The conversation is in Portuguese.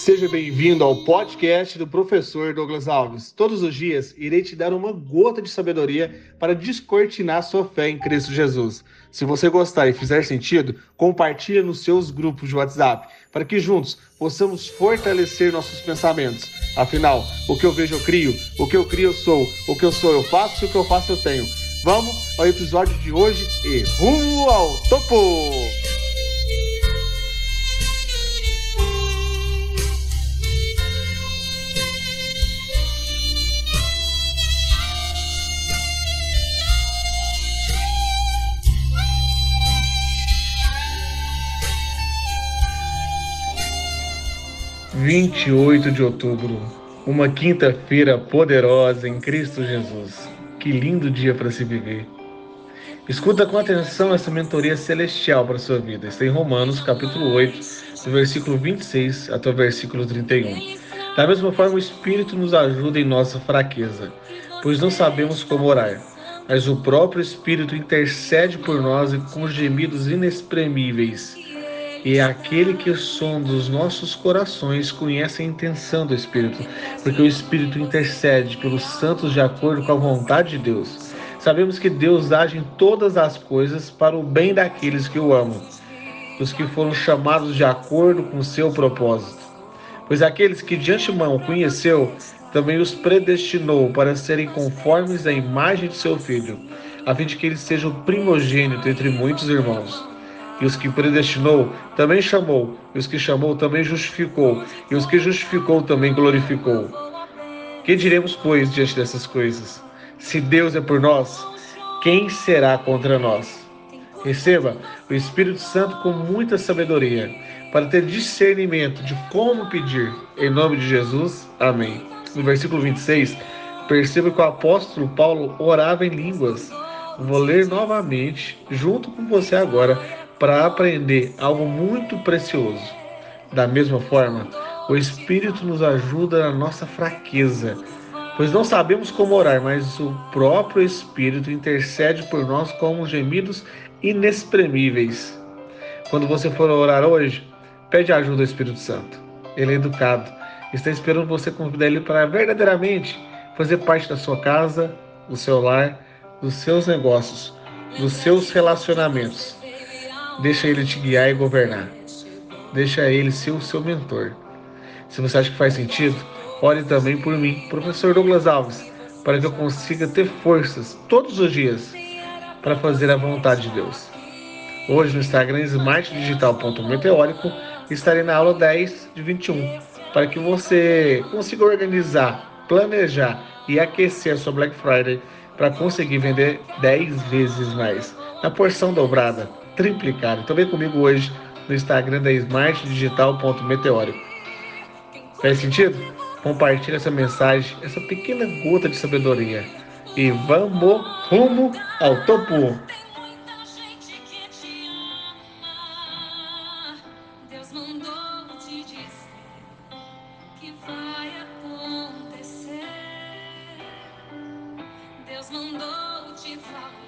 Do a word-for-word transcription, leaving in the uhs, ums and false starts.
Seja bem-vindo ao podcast do professor Douglas Alves. Todos os dias irei te dar uma gota de sabedoria para descortinar sua fé em Cristo Jesus. Se você gostar e fizer sentido, compartilhe nos seus grupos de WhatsApp, para que juntos possamos fortalecer nossos pensamentos. Afinal, o que eu vejo eu crio, o que eu crio eu sou, o que eu sou eu faço e o que eu faço eu tenho. Vamos ao episódio de hoje e rumo ao topo! vinte e oito de outubro, uma quinta-feira poderosa em Cristo Jesus. Que lindo dia para se viver. Escuta com atenção essa mentoria celestial para a sua vida. Está em Romanos, capítulo oito, do versículo vinte e seis até o versículo trinta e um. Da mesma forma, o Espírito nos ajuda em nossa fraqueza, pois não sabemos como orar, mas o próprio Espírito intercede por nós com gemidos inexprimíveis. E é aquele que sonda os nossos corações conhece a intenção do Espírito, porque o Espírito intercede pelos santos de acordo com a vontade de Deus. Sabemos que Deus age em todas as coisas para o bem daqueles que o amam, dos que foram chamados de acordo com o seu propósito. Pois aqueles que de antemão conheceu, também os predestinou para serem conformes à imagem de seu Filho, a fim de que ele seja o primogênito entre muitos irmãos. E os que predestinou, também chamou. E os que chamou, também justificou. E os que justificou, também glorificou. Que diremos, pois, diante dessas coisas? Se Deus é por nós, quem será contra nós? Receba o Espírito Santo com muita sabedoria, para ter discernimento de como pedir. Em nome de Jesus, amém. No versículo vinte e seis, perceba que o apóstolo Paulo orava em línguas. Vou ler novamente, junto com você agora, para aprender algo muito precioso. Da mesma forma, o Espírito nos ajuda na nossa fraqueza, pois não sabemos como orar, mas o próprio Espírito intercede por nós com gemidos inexprimíveis. Quando você for orar hoje, pede ajuda ao Espírito Santo. Ele é educado, está esperando você convidar ele para verdadeiramente fazer parte da sua casa, do seu lar, dos seus negócios, dos seus relacionamentos. Deixa ele te guiar e governar. Deixa ele ser o seu mentor. Se você acha que faz sentido, ore também por mim, professor Douglas Alves, para que eu consiga ter forças todos os dias para fazer a vontade de Deus. Hoje no Instagram smart digital ponto meteórico estarei na aula dez de vinte e um, para que você consiga organizar, planejar e aquecer a sua Black Friday para conseguir vender dez vezes mais, na porção dobrada, triplicada. Então vem comigo hoje no Instagram da smart digital ponto meteórico. Faz sentido? Compartilhe essa mensagem, essa pequena gota de sabedoria. E vamos rumo ao topo! Deus mandou te dizer que vai acontecer. Deus mandou te falar.